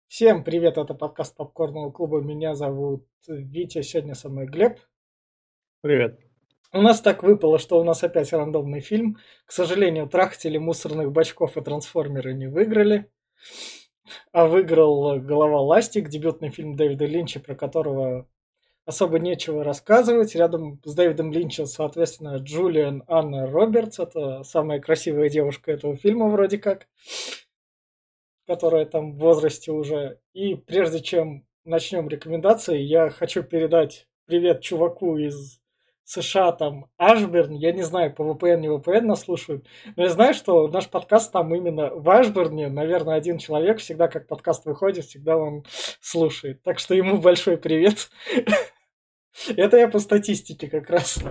Всем привет, это подкаст Попкорного клуба. Меня зовут Витя, сегодня со мной Глеб. Привет. У нас так выпало, что у нас опять рандомный фильм. К сожалению, трахтели мусорных бачков и трансформеры не выиграли. А выиграл «Голова ластик», дебютный фильм Дэвида Линча, про которого особо нечего рассказывать. Рядом с Дэвидом Линчем, соответственно, Джулиан Анна Робертс. Это самая красивая девушка этого фильма вроде как, которая там в возрасте уже. И прежде чем начнем рекомендации, я хочу передать привет чуваку из США, там, Ашберн. Я не знаю, по VPN, не VPN нас слушают, но я знаю, что наш подкаст там именно в Ашберне, наверное, один человек, всегда как подкаст выходит, всегда он слушает. Так что ему большой привет. Это я по статистике как раз.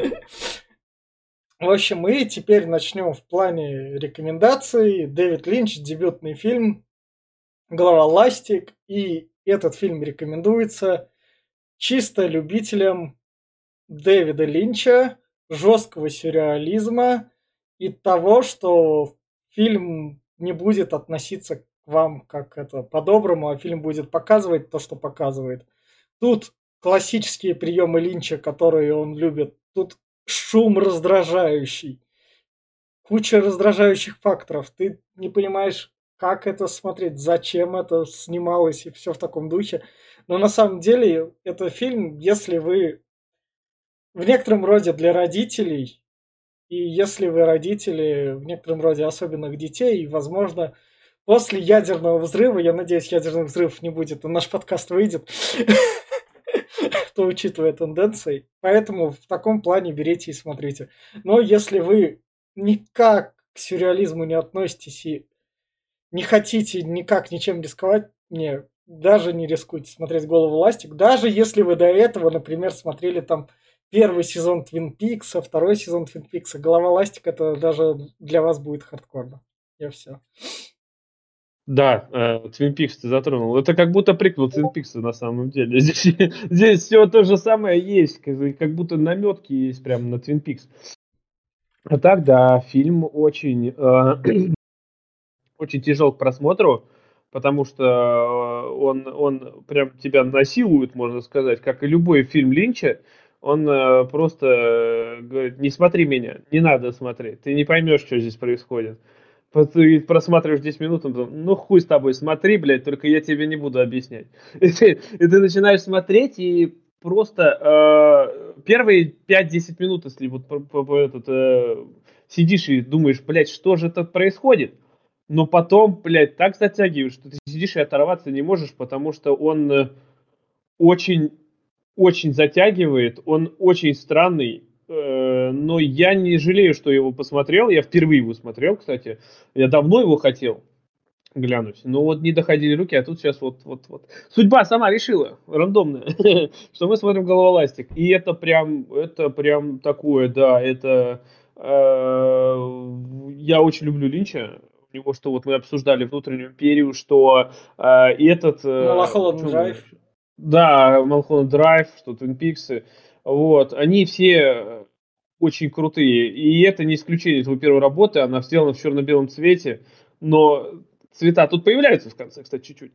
В общем, мы теперь начнем в плане рекомендаций. Дэвид Линч, дебютный фильм, «Голова ластик», и этот фильм рекомендуется чисто любителям Дэвида Линча, жесткого сюрреализма и того, что фильм не будет относиться к вам как это по-доброму, а фильм будет показывать то, что показывает. Тут классические приемы Линча, которые он любит. Тут шум раздражающий, куча раздражающих факторов. Ты не понимаешь, как это смотреть, зачем это снималось и все в таком духе. Но на самом деле это фильм, если вы в некотором роде для родителей, и если вы родители в некотором роде особенных детей, и, возможно, после ядерного взрыва, я надеюсь, ядерных взрывов не будет, и наш подкаст выйдет, то учитывая тенденции. Поэтому в таком плане берите и смотрите. Но если вы никак к сюрреализму не относитесь и не хотите никак ничем рисковать, не, даже не рискуйте смотреть «Голову ластик». Даже если вы до этого, например, смотрели там первый сезон Твин Пикса, второй сезон Твин Пикса, «Голова ластик» это даже для вас будет хардкорно. Я все. Да, Twin Peaks ты затронул. Это как будто приквел Twin Peaks на самом деле. Здесь все то же самое есть, как будто наметки есть прямо на Twin Peaks. А так, да, фильм очень, очень тяжел к просмотру, потому что он прям тебя насилует, можно сказать, как и любой фильм Линча. Он просто говорит: не смотри меня, не надо смотреть, ты не поймешь, что здесь происходит. Ты просматриваешь 10 минут, он потом: ну хуй с тобой, смотри, блядь, только я тебе не буду объяснять. И ты начинаешь смотреть, и просто первые 5-10 минут, если вот сидишь и думаешь, блядь, что же это происходит, но потом, блядь, так затягиваешь, что ты сидишь и оторваться не можешь, потому что он очень, очень затягивает, он очень странный, но я не жалею, что его посмотрел. Я впервые его смотрел, кстати. Я давно его хотел глянуть, но вот не доходили руки, а тут сейчас вот. Судьба сама решила, рандомная, что мы смотрим «Головоластик». И это прям такое, да, это... Я очень люблю Линча. У него, что вот мы обсуждали «Внутреннюю империю», что и этот... Малахолланд что мы Драйв. еще? Да, «Малхолланд Драйв», что «Твин Пиксы». Вот, они все очень крутые. И это не исключение из его первой работы. Она сделана в черно-белом цвете. Но цвета тут появляются в конце, кстати, чуть-чуть.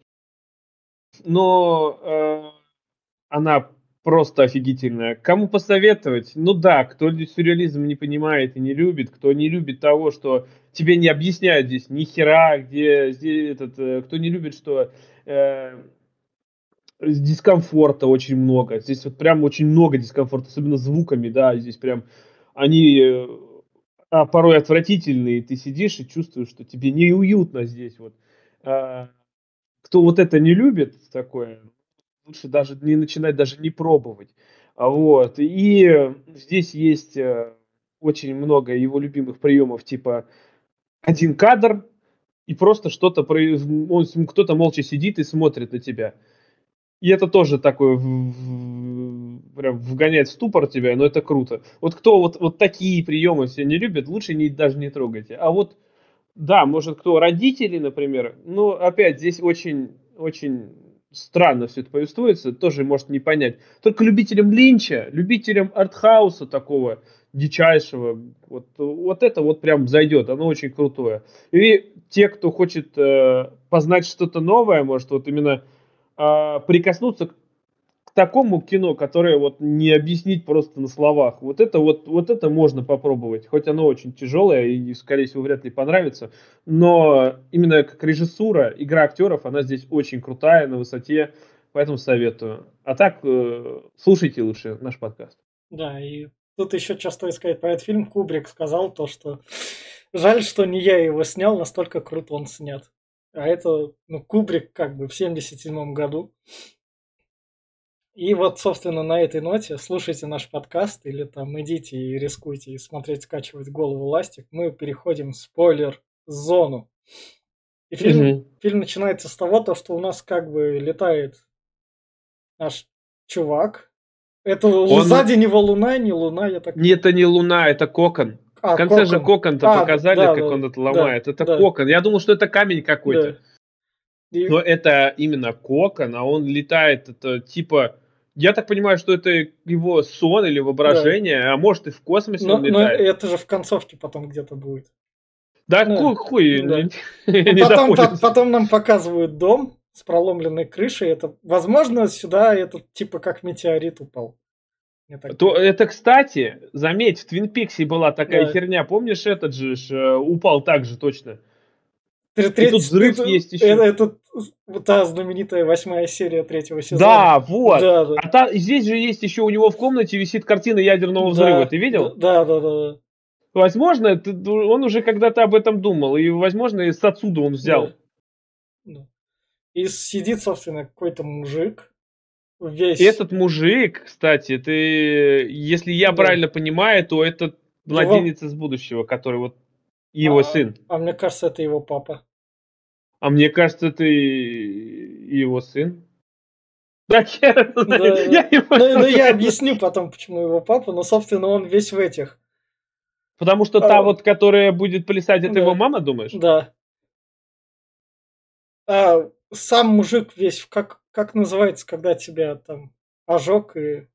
Но она просто офигительная. Кому посоветовать? Ну да, кто сюрреализм не понимает и не любит, кто не любит того, что тебе не объясняют здесь ни хера, где здесь кто не любит, что э, дискомфорта очень много. Здесь вот прям очень много дискомфорта, особенно звуками, да, здесь прям они порой отвратительные. Ты сидишь и чувствуешь, что тебе неуютно здесь вот. А, Кто вот это не любит такое, лучше даже не начинать, даже не пробовать. Вот. И здесь есть очень много его любимых приемов, типа один кадр, и просто кто-то молча сидит и смотрит на тебя. И это тоже такое прям вгоняет в ступор тебя, но это круто. Вот кто вот такие приемы все не любит, лучше даже не трогайте. А вот, да, может, кто родители, например, ну, опять здесь очень, очень странно все это повествуется, тоже может не понять. Только любителям Линча, любителям артхауса такого дичайшего, вот это вот прям зайдет, оно очень крутое. И те, кто хочет познать что-то новое, может вот именно прикоснуться к такому кино, которое вот не объяснить просто на словах. Вот это можно попробовать. Хоть оно очень тяжелое и, скорее всего, вряд ли понравится. Но именно как режиссура, игра актеров, она здесь очень крутая, на высоте. Поэтому советую. А так, слушайте лучше наш подкаст. Да, и тут еще что стоит сказать про этот фильм. Кубрик сказал то, что жаль, что не я его снял, настолько круто он снят. А это, Кубрик как бы в 77 году. И вот, собственно, на этой ноте слушайте наш подкаст или там идите и рискуйте и смотреть, скачивать голову ластик. Мы переходим в спойлер-зону. И фильм начинается с того, то, что у нас как бы летает наш чувак. Это сзади него луна, не луна, я так... Это не луна, это кокон. В конце же кокон-то показали, да, как он это ломает. Это кокон. Я думал, что это камень какой-то. Но это именно кокон, а он летает, это типа... Я так понимаю, что это его сон или воображение, а может и в космосе он летает. Но это же в концовке потом где-то будет. Да, хуй, да. не доходит. Потом нам показывают дом с проломленной крышей. Это, возможно, сюда этот типа как метеорит упал. Это, кстати, заметь, в Твин Пиксе была такая херня. Помнишь, этот же упал так же точно? И тут взрыв есть еще. Это та знаменитая 8-я серия 3-го сезона. Да, вот. Да. Здесь же есть еще у него в комнате висит картина ядерного взрыва. Ты видел? Да. Возможно, он уже когда-то об этом думал. И, возможно, с отсюда он взял. Да. И сидит, собственно, какой-то мужик. Весь. И этот мужик, кстати, если я правильно понимаю, то это младенец из будущего, который вот его сын. А мне кажется, это его папа. А мне кажется, это его сын. Да, я объясню потом, почему его папа, но, собственно, он весь в этих. Потому что та вот, которая будет плясать, это его мама, думаешь? Да. Сам мужик весь, как называется, когда тебя там ожог и...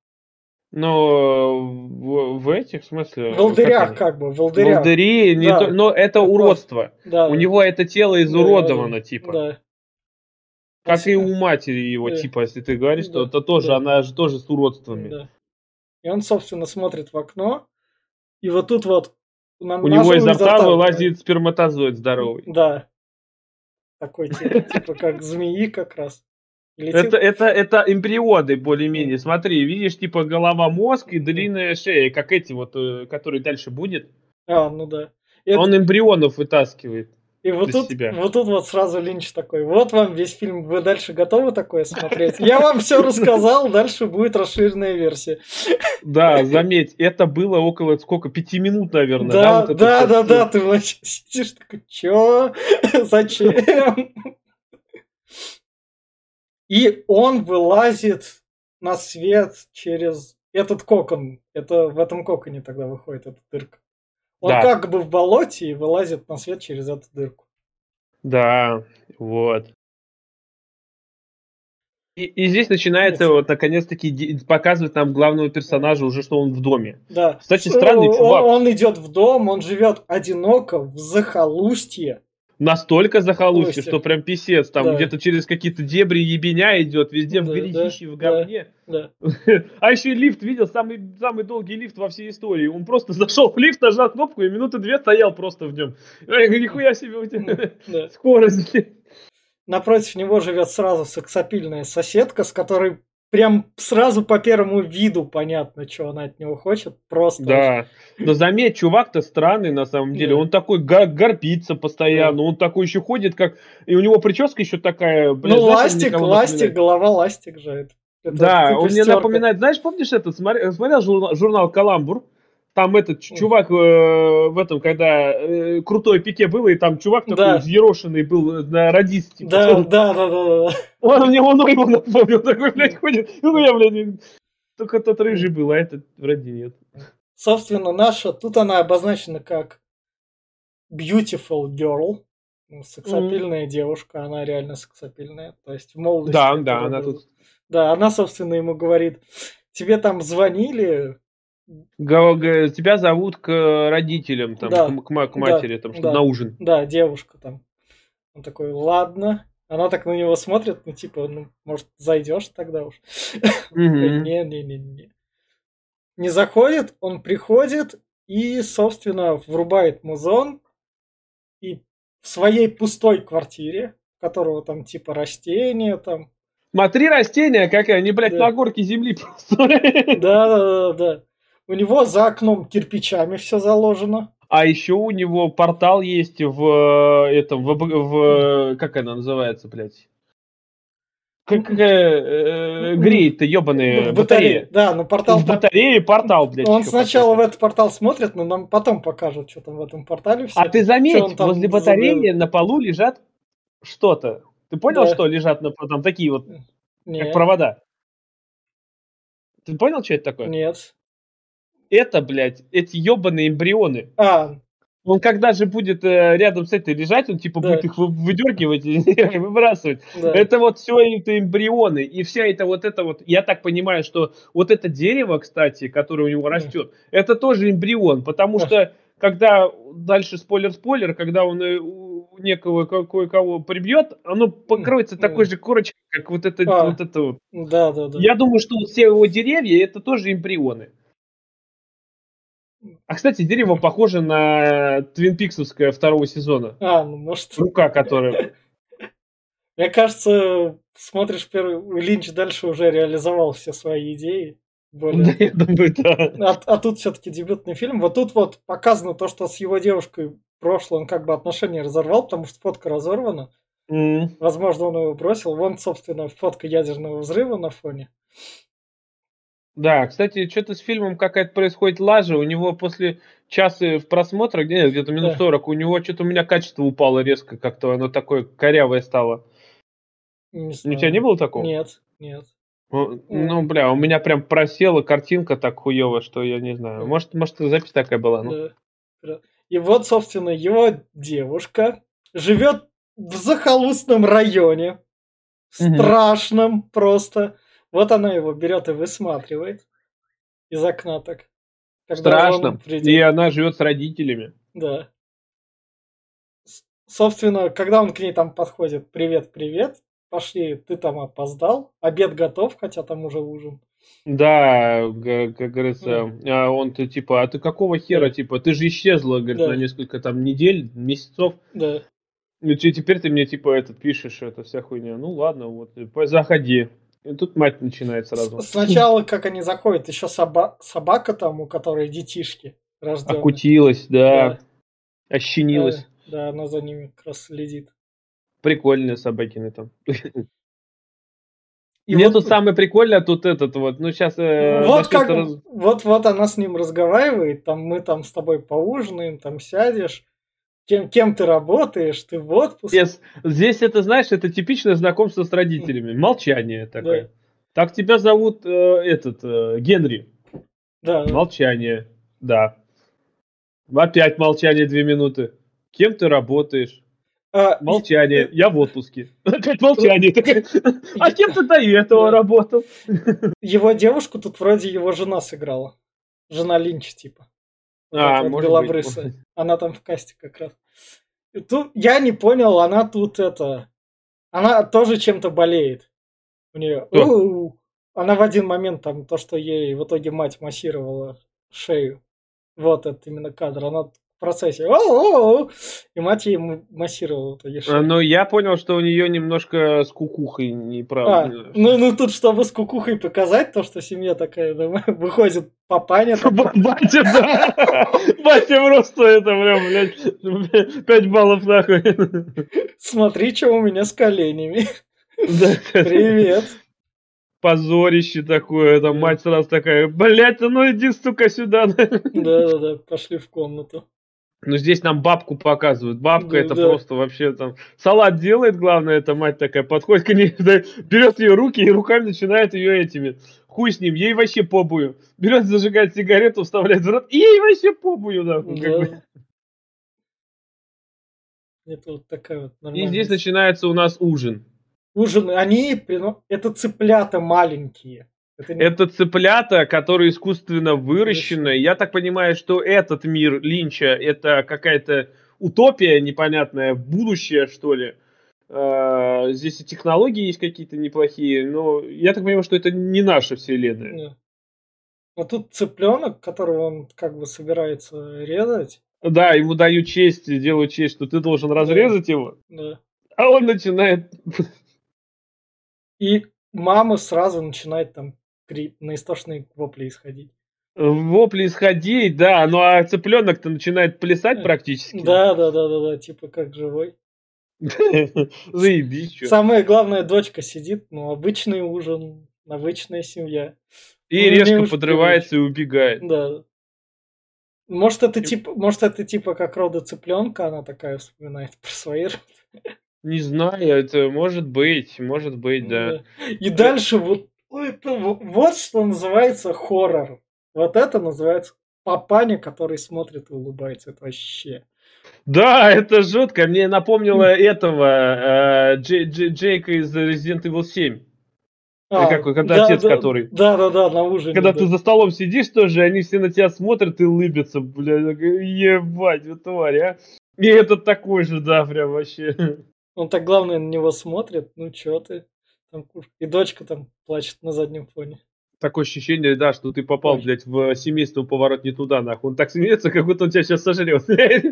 Ну, в этих, в смысле... Волдырях, как бы, волдырях. Волдыри, но это уродство. Да, у него это тело изуродовано, типа. Да. Как и у матери его, типа, если ты говоришь, что это тоже, она же тоже с уродствами. Да. И он, собственно, смотрит в окно, и вот тут вот... У него изо рта вылазит сперматозоид здоровый. Да. Такой, типа, как змеи как раз. Это эмбрионы более-менее. Смотри, видишь, типа голова, мозг и длинная шея, как эти вот, которые дальше будет. Ну да. Он эмбрионов вытаскивает. И вот тут сразу Линч такой: вот вам весь фильм, вы дальше готовы такое смотреть? Я вам все рассказал, дальше будет расширенная версия. Да, заметь, это было около 5 минут, наверное. Да, ты сидишь такой: чё? Зачем? И он вылазит на свет через этот кокон. Это в этом коконе тогда выходит эта дырка. Он как бы в болоте и вылазит на свет через эту дырку. Да, вот. И здесь начинается вот наконец-таки показывать нам главного персонажа уже, что он в доме. Да. Кстати, странный чувак. Он идет в дом, он живет одиноко в захолустье. Настолько захолустье, что прям писец. Там где-то через какие-то дебри ебеня идет, везде в грязище, в говне. Да. А еще и лифт, видел, самый долгий лифт во всей истории. Он просто зашел в лифт, нажал кнопку и минуты 2 стоял просто в нем. Нихуя себе у тебя скорость. Напротив него живет сразу сексапильная соседка, с которой прям сразу по первому виду понятно, что она от него хочет. Просто. Да. Но заметь, чувак-то странный на самом деле. Он такой горбится постоянно. Он такой еще ходит, как... И у него прическа еще такая... ластик, голова ластик же. Да, он мне напоминает... Знаешь, помнишь этот? Смотрел журнал «Каламбур»? Там этот чувак в этом, когда крутое пике было, и там чувак такой взъерошенный был на радист. Типа, да. Он мне его напомнил, такой, блядь, ходит. Ну, я, блядь, только тот рыжий был, а этот вроде нет. Собственно, наша, тут она обозначена как beautiful girl. Ну, М. сексапильная девушка, она реально сексапильная. То есть в молодости Да, да, это она было. тут Да, она, собственно, ему говорит, тебе там звонили. тебя зовут к родителям, там, Да, к да, матери, там, чтобы на да, ужин. да, девушка там. Он такой, ладно. Она так на него смотрит, ну, типа, ну, может, зайдешь тогда уж. Он такой, Мгм. не-не-не-не. Не заходит, он приходит и, собственно, врубает музон и в своей пустой квартире, у которого там типа растения там, Смотри, растения, как они, блядь, да, на горке земли просто. да. У него за окном кирпичами все заложено. А еще у него портал есть в этом, как она называется, блядь? Какая Ну, греет-то, ну, ебаная в батарее, батарея. да, но портал В там. батарее портал, блядь, Он еще сначала в какой-то. этот портал смотрит, но нам потом покажут, что там в этом портале А все, ты что он заметь, возле там батареи на полу лежат что-то. Ты понял, Да, что лежат там такие вот, как не, провода? Ты понял, что это такое? нет. Это, блядь, эти ебаные эмбрионы. А, Он когда же будет рядом с этой лежать, он типа будет да, их выдергивать и выбрасывать. да, Это вот все это эмбрионы. И вся это вот, я так понимаю, что вот это дерево, кстати, которое у него да, растет, это тоже эмбрион. Потому а, что когда, дальше спойлер-спойлер, когда он у некого кое-кого прибьет, оно покроется такой м, же корочкой, как вот а, это вот. да. Я думаю, что вот все его деревья это тоже эмбрионы. А, кстати, дерево похоже на Твин Пиксовское второго сезона. Ну может. Рука, которая Мне кажется, смотришь первый, Линч дальше уже реализовал все свои идеи. да, Более я того. думаю, да. А тут все-таки дебютный фильм. Вот тут вот показано то, что с его девушкой в прошлое он как бы отношения разорвал, потому что фотка разорвана. М. Возможно, он его бросил. Вон, собственно, фотка ядерного взрыва на фоне. Да, кстати, что то с фильмом какая-то происходит лажа. У него после часа в просмотра, где-то минут Да, 40, у него что то у меня качество упало резко, как-то оно такое корявое стало. не У тебя не знаю. было такого? Нет. Ну, М, бля, у меня прям просела картинка так хуёво, что я не знаю. м, Может, запись такая была, ну. Да. И вот, собственно, его девушка живет в захолустном районе. Мгм. Страшном просто. Вот она его берет и высматривает из окна так, когда уже он Страшно. И придет. она живет с родителями. Да. Собственно, когда он к ней там подходит: "Привет, привет, пошли, ты там опоздал, обед готов", хотя там уже ужин. Да, как М, говорится, он-то типа: "А ты какого хера, да, типа, ты же исчезла, говорит, на да, несколько там недель, месяцев. да. Ну теперь ты мне типа этот пишешь, это вся хуйня. Ну ладно, вот, заходи". И тут мать начинает сразу. Сначала, как они заходят, еще собака там, у которой детишки рожденные. Окутилась, да, Да, ощенилась. да, она за ними как раз следит. Прикольные собакины там. И Мне вот тут самое прикольное, тут этот вот, ну сейчас Вот начнется как раз. вот она с ним разговаривает, там мы там с тобой поужинаем, там сядешь, кем ты работаешь, ты в отпуске. Здесь это, знаешь, это типичное знакомство с М, родителями. Молчание да, такое. Так тебя зовут, Генри. да. Молчание. Да. Опять молчание 2 минуты. Кем ты работаешь? И, Молчание. Я в отпуске. Опять молчание. Такая, а е кем ты до этого да. работал? Его девушку тут вроде его жена сыграла. Жена Линча типа. Вот эта вот Может быть. белобрысая. Она там в касте как раз. И тут я не понял, она тут она тоже чем-то болеет. У нее Кто? Она в один момент там то, что ей в итоге мать массировала шею. Вот это именно кадр. Она в процессе «О-о-о!» и мать ей массировала вот эти шею. Ну, я понял, что у нее немножко с кукухой неправда. Ну тут, чтобы с кукухой показать то, что семья такая, да, выходит папаня такой, Батя, да. Батя просто это прям, блядь, 5 баллов нахуй. смотри, что у меня с коленями. Да. Привет. Позорище такое, там Да, мать сразу такая: "Блядь, а ну иди, сука, сюда". да, пошли в комнату. Ну, здесь нам бабку показывают. Бабка Да, это да. просто вообще там салат делает, главное, эта мать такая подходит к ней, да, берет ее руки и руками начинает ее этими, хуй с ним, ей вообще побую. Берет, зажигает сигарету, вставляет в рот, и ей вообще побую, нахуй, как бы. Да. Это вот такая вот И нормальная здесь история. начинается у нас ужин. Ужин, это цыплята маленькие. Это не Это цыплята, которые искусственно выращены. выращенные. Я так понимаю, что этот мир Линча — это какая-то утопия непонятная, будущее, что ли. Здесь и технологии есть какие-то неплохие, но я так понимаю, что это не наша вселенная. Да. А тут цыпленок, которого он как бы собирается резать. Да, ему дают честь, делают честь, что ты должен Да, разрезать его, да. а он начинает И мама сразу начинает там на истошные вопли исходить. вопли исходить, да, ну а цыпленок-то начинает плясать практически. Да, да, да, да, да, типа как живой. Заебись, чё. Самое главное, дочка сидит, ну, обычный ужин, обычная семья. И Мне резко уж привычно. подрывается и убегает. Да. Может, это типа как рода цыпленка, она такая вспоминает про свои Не знаю, это может быть, да. Да. И Э, дальше вот что называется хоррор. Вот это называется папаня, который смотрит и улыбается. Это вообще. Да, это жутко. Мне напомнило этого Джейка из Resident Evil 7. Когда Да, отец да, который. да, да, да, на ужине, Когда ты да. за столом сидишь тоже, они все на тебя смотрят и улыбятся, бля, ебать, вы тварь, а. И этот такой же, да, прям вообще. Он так, главное, на него смотрит. Ну, чё ты? Там И дочка там плачет на заднем фоне. Такое ощущение, да, что ты попал, Ой. блядь, в семейство «Поворот не туда», нахуй. Он так смеется, как будто он тебя сейчас сожрет.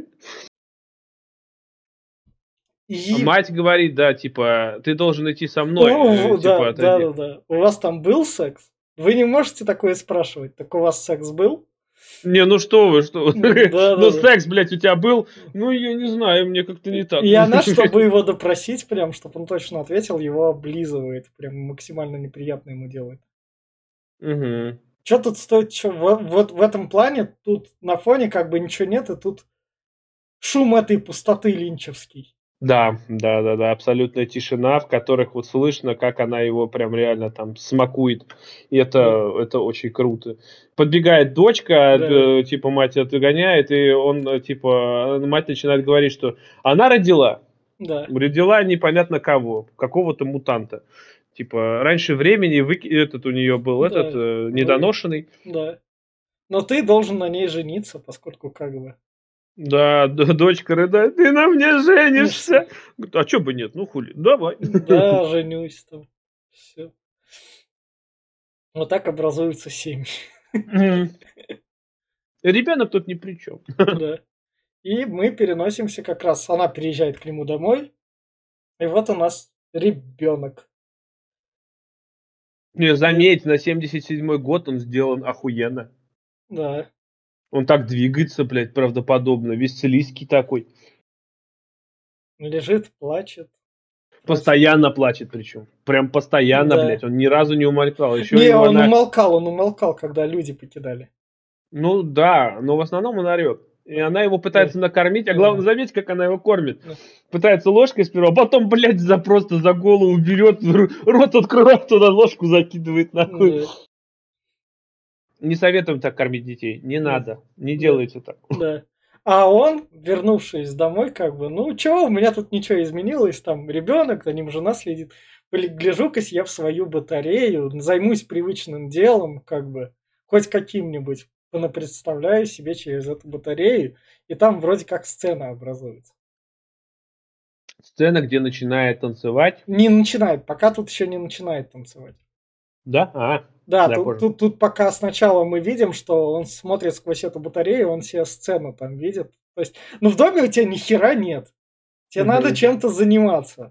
И Мать говорит, да, типа, ты должен идти со мной, да, типа, да, отойди. да, да. У вас там был секс? Вы не можете такое спрашивать. Так у вас секс был? Не, ну что вы, что вы. Да, Ну, да, да. секс, блядь, у тебя был? Ну, я не знаю, мне как-то не так. И она, чтобы его допросить, прям, чтобы он точно ответил, его облизывает. Прям максимально неприятно ему делает. Мгм. Что тут стоит? Вот в этом плане тут на фоне как бы ничего нет, и тут шум этой пустоты линчевский. Да, да-да-да, абсолютная тишина, в которых вот слышно, как она его прям реально там смакует. И Да, это очень круто. Подбегает дочка, да, типа мать отгоняет, и он, типа, мать начинает говорить, что она родила. да, Родила непонятно кого, какого-то мутанта. Типа, раньше времени этот у нее был, этот, да, недоношенный. да. Но ты должен на ней жениться, поскольку как бы Да, дочка рыдает: "Ты на мне женишься. женишься?" Говорит: "А чё бы нет? Ну хули, давай". Да, женюсь там. Все. Вот так образуются семьи. Мгм. Ребенок тут ни при чём. Да. И мы переносимся как раз. Она приезжает к нему домой, и вот у нас ребенок. Не, И заметь, на 77-й год он сделан охуенно. да, Он так двигается, блядь, правдоподобно, весь целийский такой. лежит, плачет, просит. Постоянно плачет причем. Прям постоянно, Да. блядь, он ни разу не умолкал. Еще Не, его она. он умолкал, когда люди покидали. Ну да, но в основном он орёт. И она его Да. пытается накормить, а главное, Ага. заметь, как она его кормит. Да. Пытается ложкой сперва, а потом, блядь, просто за голову берет, рот открывает, туда ложку закидывает нахуй. Да. Не советуем так кормить детей. Не Да. надо. Не Да. делайте так. Да. А он, вернувшись домой, как бы, ну чё, у меня тут ничего изменилось, там ребенок, за ним жена следит. Гляжу-ка я в свою батарею, займусь привычным делом, как бы, хоть каким-нибудь, представляю себе через эту батарею, и там вроде как сцена образуется. Сцена, где начинает танцевать. Не начинает, пока тут еще не начинает танцевать. Да? Да, Я тут, понял. тут, тут пока сначала мы видим, что он смотрит сквозь эту батарею, он себе сцену там видит. То есть, ну в доме у тебя ни хера нет. Тебе надо Мгм. чем-то заниматься.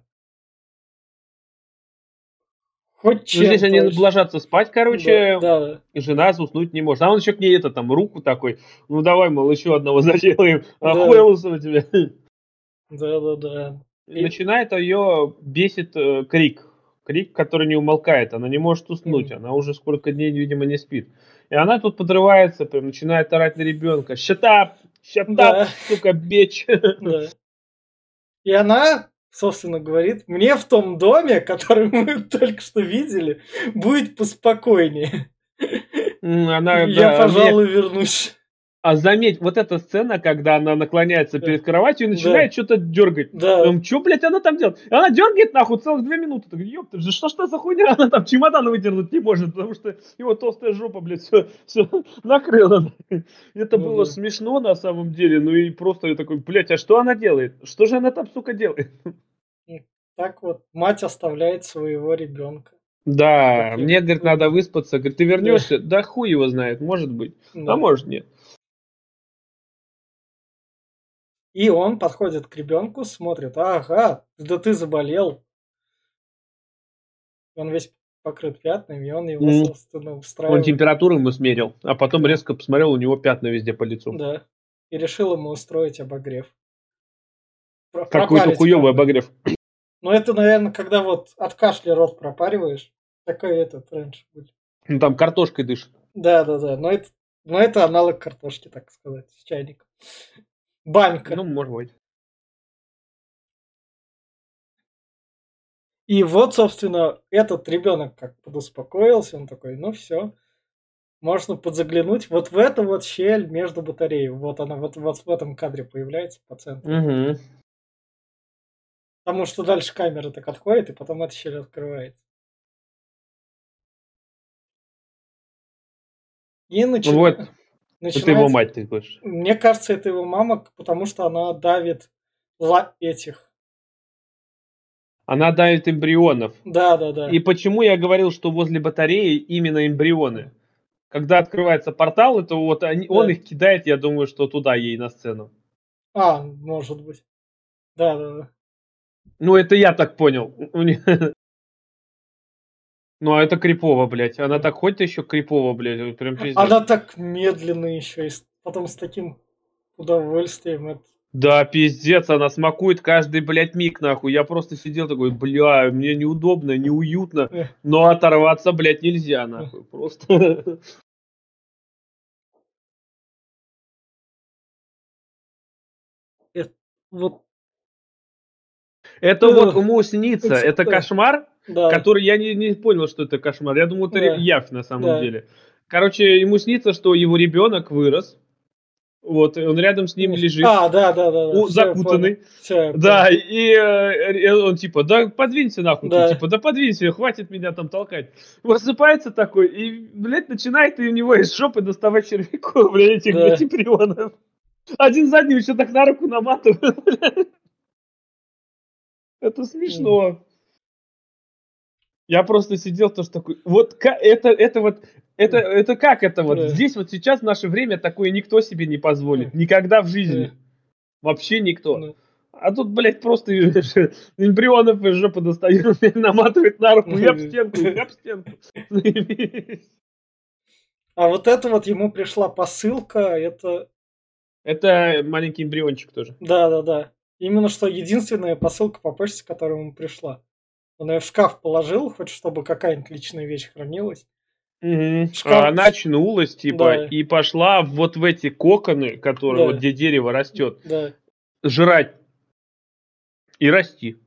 Хоть Ну, здесь чем-то они вообще. ложатся спать, Да, короче, да, и жена заснуть не может. А он еще к ней это там руку такой. Ну давай, мол, еще одного заделаем. да, Охуелся тебе. да, да, да. И И, начинает ее бесит крик. Крик, который не умолкает. Она не может уснуть. м, Она уже сколько дней, видимо, не спит. И она тут подрывается, прям начинает орать на ребенка. Shut up, да, сука, бич. да. И она, собственно, говорит, мне в том доме, который мы только что видели, будет поспокойнее. Она, Я, да, пожалуй, вернусь. А заметь, вот эта сцена, когда она наклоняется Да. перед кроватью и Да. начинает что-то дергать. Да. Чё, блядь, она там делает? И она дергает нахуй целых 2 минуты. Так, ёпта же, что ж это за хуйня? Она там чемодан выдернуть не может, потому что его толстая жопа, блядь, все накрыла. Это Ну было да. смешно на самом деле. Ну и просто я такой, блядь, а что она делает? Что же она там, сука, делает? И так вот мать оставляет своего ребенка. Да, Таким мне, говорит, надо выбором. выспаться. Говорит, ты Да. вернешься? Да хуй его знает, может быть. А Да. может нет. И он подходит к ребенку, смотрит: "Ага, да ты заболел". Он весь покрыт пятнами, и он его, М. собственно, Он устраивает. температуру ему смерил, а потом Да, резко посмотрел, у него пятна везде по лицу. да. И решил ему устроить обогрев. Какой-то Пропарить как хуёвый бы. обогрев. Ну, это, наверное, когда вот от кашля рот пропариваешь. Такой этот раньше был. Ну, там картошкой дышит. Да-да-да. Но это аналог картошки, так сказать, с чайником. Банька. Ну, может быть. И вот, собственно, этот ребенок как подуспокоился. Он такой: "Ну все, можно подзаглянуть вот в эту вот щель между батареей". Вот она вот в этом кадре появляется по центру. Мгм. Потому что дальше камера так отходит, и потом эта щель открывается. И Вот, это его начинается. мать, ты говоришь. Мне кажется, это его мама, потому что она давит этих. Она давит эмбрионов. Да-да-да. И почему я говорил, что возле батареи именно эмбрионы? Когда открывается портал, это вот он Да. их кидает, я думаю, что туда ей на сцену. Может быть. Да-да-да. Ну, это я так понял. Ну, а это крипово, блядь. Она М. так ходит еще крипово, блядь, вот прям пиздец. Она так медленно еще и потом с таким удовольствием. Да, пиздец, она смакует каждый, блядь, миг, нахуй. Я просто сидел такой, бля, мне неудобно, неуютно, Э, но оторваться, блядь, нельзя, э, нахуй. Просто. э, вот. Это вот э, уму снится, это да, кошмар, да, который я не понял, что это кошмар. Я думал, это да, явь на самом да. деле. Короче, ему снится, что его ребенок вырос, вот, и он рядом с ним лежит, Да-да-да-да. Все, я понял. закутанный. Все, я Да, понял. и он типа, да подвинься нахуй ты, Да, типа, да подвинься, хватит меня там толкать. Просыпается такой, и, блядь, начинает и у него из жопы доставать червяков, блядь, этих, блядь, да. эмбрионов. Один задним еще так на руку наматывает, блядь. Это М, смешно. Я просто сидел тоже такой, вот это вот, э, это как это вот? э, Здесь вот сейчас в наше время такое никто себе не э, позволит. Никогда в э, жизни. Вообще никто. ну, А тут, блядь, просто эмбрионов из жопы достает, наматывает на руку, и об стенку, и об стенку. Заебись. А вот это вот ему пришла посылка. Это Это маленький эмбриончик тоже. да-да-да. Именно что единственная посылка по почте, которая ему пришла. Он ее в шкаф положил, хоть чтобы какая-нибудь личная вещь хранилась. Мгм. А Шкаф она очнулась, типа, Да, и пошла вот в эти коконы, которые вот да, где дерево растет, да. жрать и расти.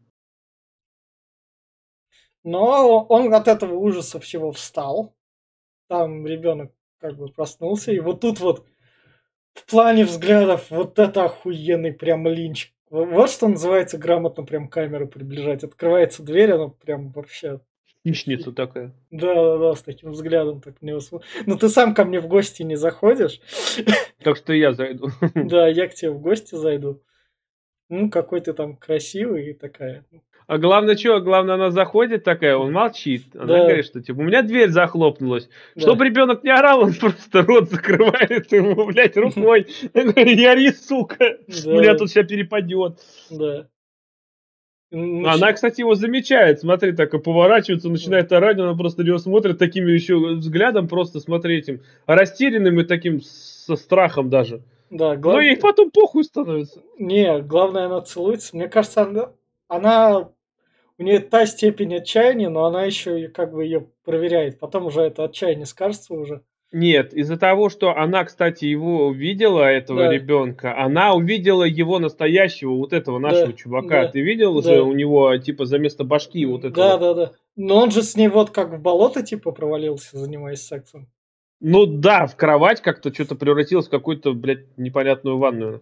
Но он от этого ужаса всего встал. Там ребенок как бы проснулся. И вот тут вот в плане взглядов вот это охуенный прям линч. Вот что называется грамотно прям камеру приближать. Открывается дверь, она прям вообще... Хищница такая. Да-да-да, с таким взглядом так мне Ну ты сам ко мне в гости не заходишь. Так что я зайду. Да, я к тебе в гости зайду. Ну, какой ты там красивый и такая. А главное чё? Главное, она заходит такая, он молчит. Она Да, говорит, что типа: "У меня дверь захлопнулась". да, Чтоб ребенок не орал, он просто рот закрывает ему, блядь, рукой. Я говорю: "Не ори, сука, у меня да, тут ща перепадет". да. Она, кстати, его замечает. Смотри, так и поворачивается, М, начинает орать. Она просто на него смотрит таким еще взглядом, просто смотри, этим растерянным и таким со страхом даже. да, Но ей потом похуй становится. не, главное, она целуется. Мне кажется, она у нее та степень отчаяния, но она еще и как бы ее проверяет. Потом уже это отчаяние скажется уже. Нет, из-за того, что она, кстати, его увидела, этого Да, ребенка, она увидела его настоящего, вот этого нашего да, чувака. да, Ты видел уже да. у него, типа, за место башки вот это вот? Да-да-да. Но он же с ней вот как в болото типа провалился, занимаясь сексом. Ну да, в кровать как-то что-то превратилось в какую-то, блядь, непонятную ванную.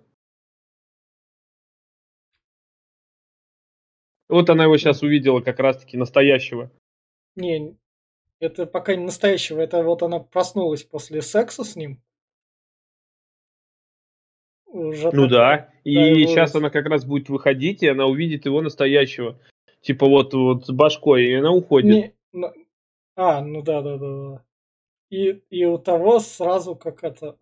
Вот она его М. сейчас увидела как раз таки настоящего. Не, это пока не настоящего, это вот она проснулась после секса с ним, уже Ну такая, да, да, и в и сейчас ужас. она как раз будет выходить, и она увидит его настоящего. Типа вот с башкой, и она уходит. Не, ну да-да-да-да. И у того сразу как это,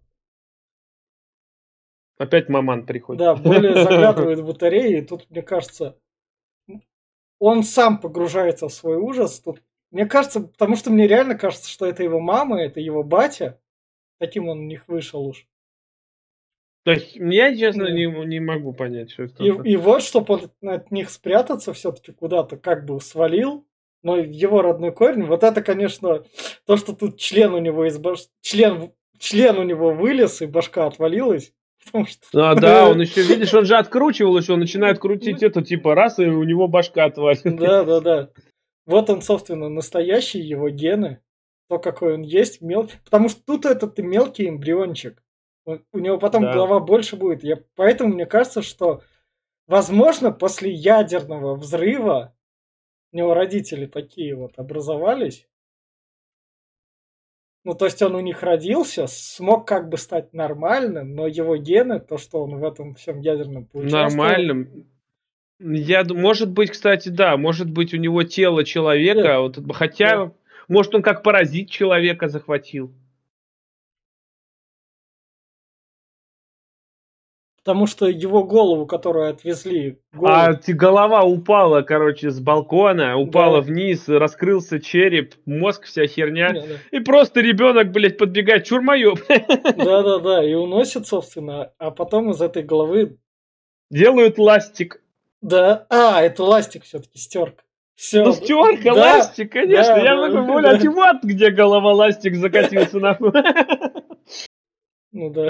Опять маман приходит. да, более заглядывает в батареи, и тут, мне кажется, он сам погружается в свой ужас. Тут, мне кажется, потому что мне реально кажется, что это его мама, это его батя. Таким он у них вышел уж. То есть я, честно, Да. не могу понять, что И, это. и вот, чтобы он от них спрятаться все-таки куда-то, как бы свалил, но его родной корень, вот это, конечно, то, что тут член у него член у него вылез и башка отвалилась, потому что А, да, он еще, видишь, он же откручивал еще, он начинает крутить это, типа, раз, и у него башка отваливается. да-да-да. Вот он, собственно, настоящий, его гены, то, какой он есть, мелкий. Потому что тут этот мелкий эмбриончик. У него потом Да, голова больше будет. Поэтому мне кажется, что, возможно, после ядерного взрыва у него родители такие вот образовались. Ну, то есть он у них родился, смог как бы стать нормальным, но его гены, то, что он в этом всем ядерном поучаствовал, нормально. Может быть, кстати, да, может быть, у него тело э, человека, вот, да. хотя, может, он как паразит человека захватил. Потому что его голову, которую отвезли, А голову, голова упала, короче, с балкона, упала да, вниз, раскрылся череп, мозг, вся херня. да, да. И просто ребенок, блядь, подбегает, чур моё. Да-да-да, и уносит, собственно, а потом из этой головы Делают ластик. да, это ластик все таки стёрка. Ну, Всё, стёрка, да, ластик, конечно. да, Я такой, да, бля, да. чувак, где голова ластик закатился нахуй. Ну да.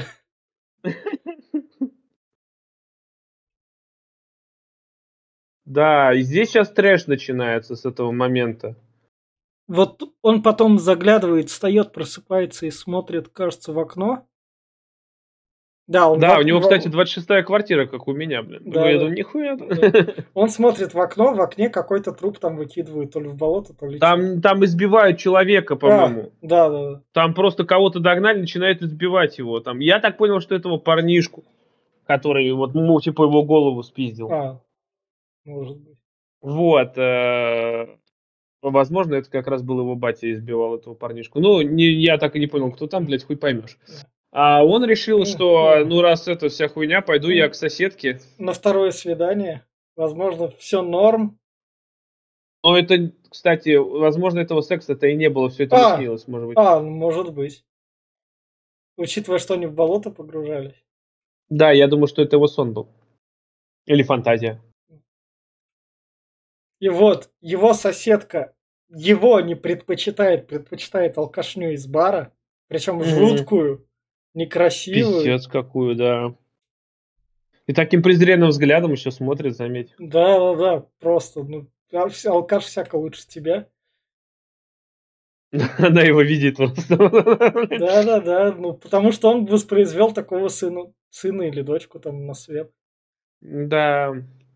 Да, и здесь сейчас трэш начинается с этого момента. Вот он потом заглядывает, встаёт, просыпается и смотрит, кажется, в окно. Да, он Да, у него, кстати, 26-я квартира, как у меня, блин. Я да-да, думаю, нихуя. да. Он смотрит в окно, в окне какой-то труп там выкидывают то ли в болото, то ли чё. Там избивают человека, по-моему. Да-да-да. Там просто кого-то догнали, начинают избивать его. Там, я так понял, что этого парнишку, который вот, ну, типа его голову спиздил. А, может быть. Вот. Возможно, это как раз был его батя избивал этого парнишку. Ну, я так и не понял, кто там, М, блядь, хуй поймешь. да. А он решил, что, Да. ну, раз это вся хуйня, пойду я М, к соседке. на второе свидание, возможно, все норм. Но это, кстати, возможно, этого секса-то и не было, все это ему снилось, может быть. Ну, может быть. Учитывая, что они в болото погружались. Да, я думаю, что это его сон был. Или фантазия. И вот его соседка его не предпочитает, предпочитает алкашню из бара, причем Мгм. жуткую, некрасивую. Пиздец какую, да. И таким презренным взглядом еще смотрит, заметь. Да-да-да, просто, ну, алкаш всяко лучше тебя. Она его видит просто. Да-да-да, ну, потому что он воспроизвел такого сына или дочку там на свет. Да,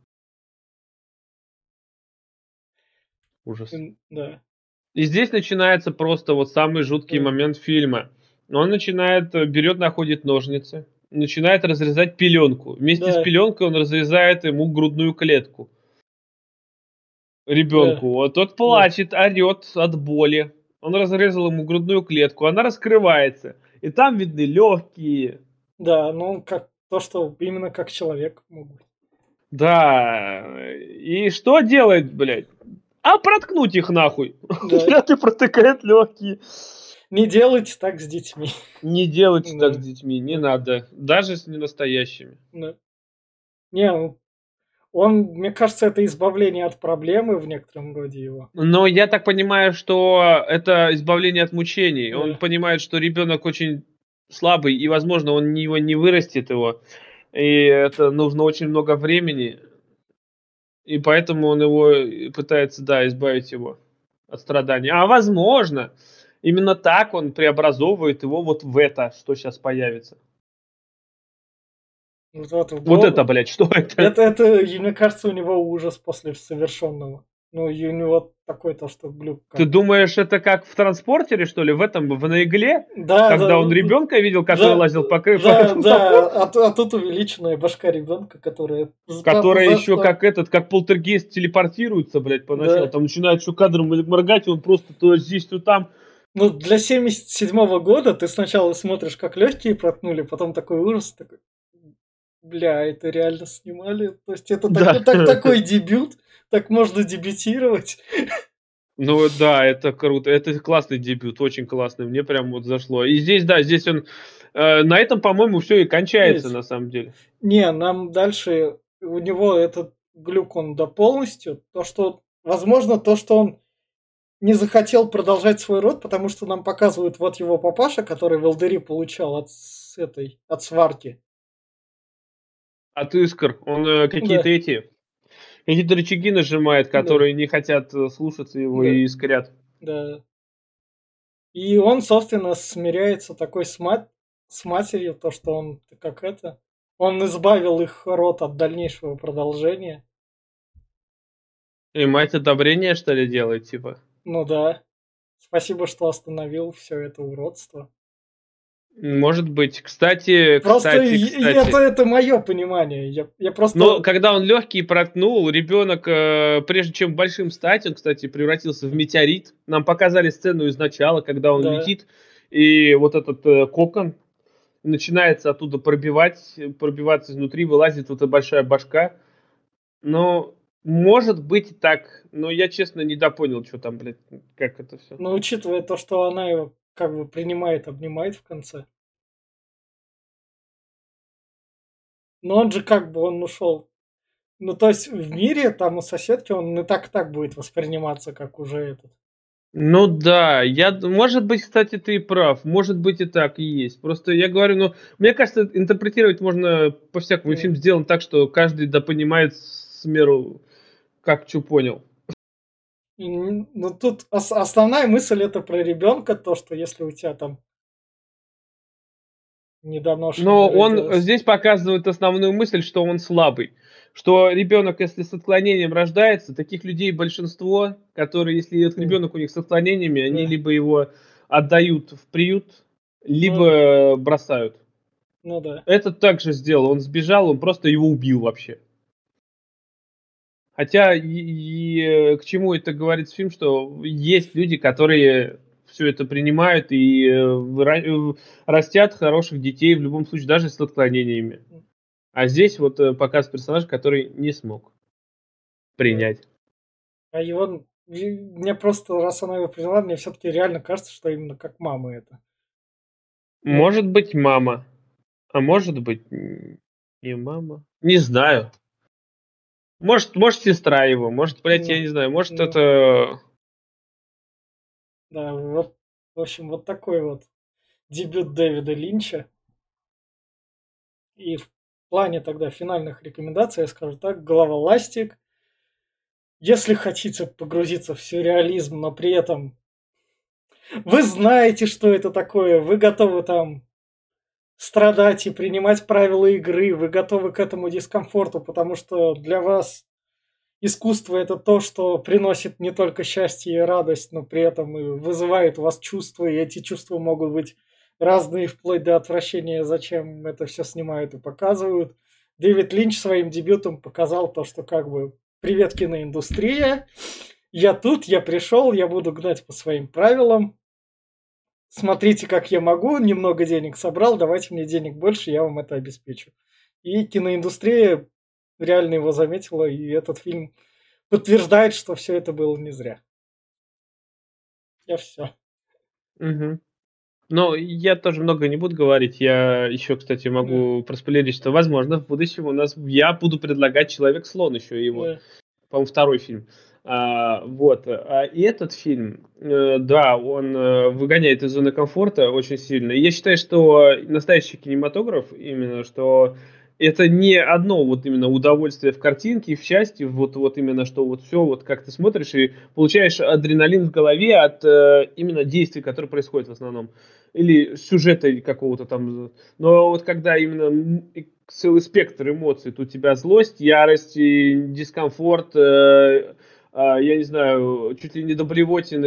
ужас. Да. И здесь начинается просто вот самый жуткий Да. момент фильма. Он начинает, берет, находит ножницы, начинает разрезать пеленку. Вместе с Да, пеленкой он разрезает ему грудную клетку да, ребенку. Вот тот да. плачет, орет от боли. Он разрезал ему грудную клетку, она раскрывается. И там видны легкие. Да, ну, как то, что именно как человек мог быть. Да. И что делает, блядь? А проткнуть их нахуй. Да. Взгляд и протыкает легкие. Не делайте так с детьми. Не делайте так с Да, детьми, не да, надо. Даже с ненастоящими. да. Не, ну, мне кажется, это избавление от проблемы в некотором роде его. Но я так понимаю, что это избавление от мучений. Он Да, понимает, что ребенок очень слабый, и, возможно, он его не вырастет его. И это нужно очень много времени. И поэтому он его пытается, да, избавить его от страданий. А возможно, Именно так он преобразовывает его вот в это, что сейчас появится. Вот в Вот это, голову. блядь, что это? Это, и мне кажется, у него ужас после совершенного. Ну, и у него такой то, что глюк Ты как. думаешь, это как в «Транспортере», что ли, в этом, на игле? Да, да, Когда он ребенка видел, который да, лазил по да, этому, да, а тут увеличенная башка ребенка, которая папа которая за еще что? как этот, как полтергейст телепортируется, блядь, поначалу. Да. Там начинает еще кадром моргать, и он просто то здесь, то там. Ну, для 77-го года ты сначала смотришь, как легкие проткнули, потом такой ужас, такой, бля, это реально снимали? То есть это Да. такой дебют, так можно дебютировать? Ну да, это круто. Это классный дебют, очень классный. Мне прям вот зашло. И здесь, да, здесь он на этом, по-моему, все и кончается, Нет. на самом деле. Не, нам дальше, у него этот глюк, он до полностью. То, что, возможно, то, что он не захотел продолжать свой род, потому что нам показывают вот его папаша, который волдыри получал от сварки. От Искр, он Да, какие-то рычаги нажимает, да, которые не хотят слушаться его да, и искрят. да. И он, собственно, смиряется такой с матерью, то, что он как это. Он избавил их род от дальнейшего продолжения. И мать одобрения, что ли, делает, типа? Ну да. Спасибо, что остановил все это уродство. Может быть. Кстати, Просто кстати. это мое понимание. Я Но просто. когда он легкий проткнул, ребенок, прежде чем большим стать, он, кстати, превратился в метеорит. Нам показали сцену из начала, когда он Да. летит, и вот этот кокон начинается оттуда пробиваться изнутри, вылазит вот эта большая башка. Но может быть и так, но я, честно, недопонял, что там, блядь, как это все. Но учитывая то, что она его как бы принимает, обнимает в конце. Но он же как бы он ушел. Ну, то есть в мире, там у соседки он не так будет восприниматься, как уже этот. Ну да, может быть, кстати, ты и прав, может быть и так и есть. Просто я говорю, ну, мне кажется, интерпретировать можно по-всякому. И М. фильм сделан так, что каждый да понимает с меру, как что понял. Ну, тут основная мысль это про ребенка, то, что если у тебя там недоношенный Но он родился. здесь показывает основную мысль, что он слабый. Что ребенок, если с отклонением рождается, таких людей большинство, которые, если этот М. ребенок у них с отклонениями, они Да. либо его отдают в приют, Ну, либо бросают. ну да. Этот также сделал, он сбежал, он просто его убил вообще. Хотя к чему это говорит фильм, что есть люди, которые все это принимают и растят хороших детей в любом случае, даже с отклонениями. А здесь вот показ персонажа, который не смог Да. принять. А его мне просто, раз она его приняла, мне все-таки реально кажется, что именно как мама это. Ну, Может быть, мама, а может быть, не мама. Не знаю. Может, сестра его, может, блядь, я ну, не знаю, может, ну, это. да, вот, в общем, вот такой вот дебют Дэвида Линча. И в плане тогда финальных рекомендаций я скажу так: «Голова ластик». Если хотите погрузиться в сюрреализм, но при этом вы знаете, что это такое, вы готовы там страдать и принимать правила игры, вы готовы к этому дискомфорту, потому что для вас искусство это то, что приносит не только счастье и радость, но при этом и вызывает у вас чувства, и эти чувства могут быть разные, вплоть до отвращения, зачем это все снимают и показывают. Дэвид Линч своим дебютом показал то, что как бы привет, киноиндустрия, я тут, я пришел, я буду гнать по своим правилам. Смотрите, как я могу, немного денег собрал, давайте мне денег больше, я вам это обеспечу. И киноиндустрия реально его заметила, и этот фильм подтверждает, что все это было не зря. Я все. Мгм. Но я тоже много не буду говорить. Я еще, кстати, Да, могу проспойлерить, что, возможно, в будущем я буду предлагать «Человек-слон» еще его, да, по-моему, второй фильм. Вот. И этот фильм, да, он выгоняет из зоны комфорта очень сильно. И я считаю, что настоящий кинематограф, именно, что это не одно вот именно удовольствие в картинке, в счастье, вот именно что вот все, вот как ты смотришь и получаешь адреналин в голове от именно действий, которые происходят в основном, или сюжета какого-то там. Но вот когда именно целый спектр эмоций, то у тебя злость, ярость, дискомфорт, я не знаю, чуть ли не до блевотины,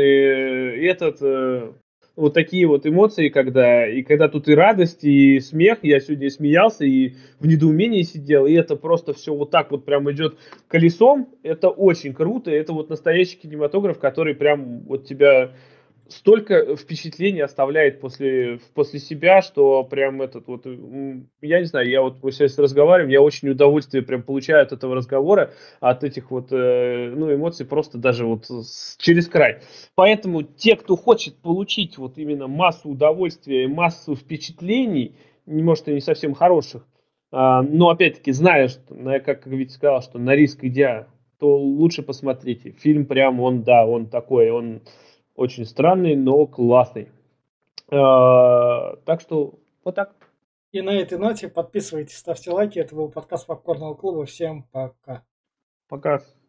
вот такие вот эмоции, когда тут и радость, и смех, я сегодня смеялся, и в недоумении сидел, и это просто все вот так вот прям идет колесом, это очень круто, это вот настоящий кинематограф, который прям вот тебя столько впечатлений оставляет после себя, что прям я не знаю, я вот мы сейчас разговариваем, я очень удовольствие прям получаю от этого разговора, от этих вот, ну, эмоций просто даже вот через край. Поэтому те, кто хочет получить вот именно массу удовольствия и массу впечатлений, может, и не совсем хороших, но опять-таки, зная, что, как Витя сказал, что на риск идя, то лучше посмотрите. Фильм прям, он такой, он очень странный, но классный. Так что вот так. И на этой ноте подписывайтесь, ставьте лайки. Это был подкаст Попкорного клуба. Всем пока. Пока.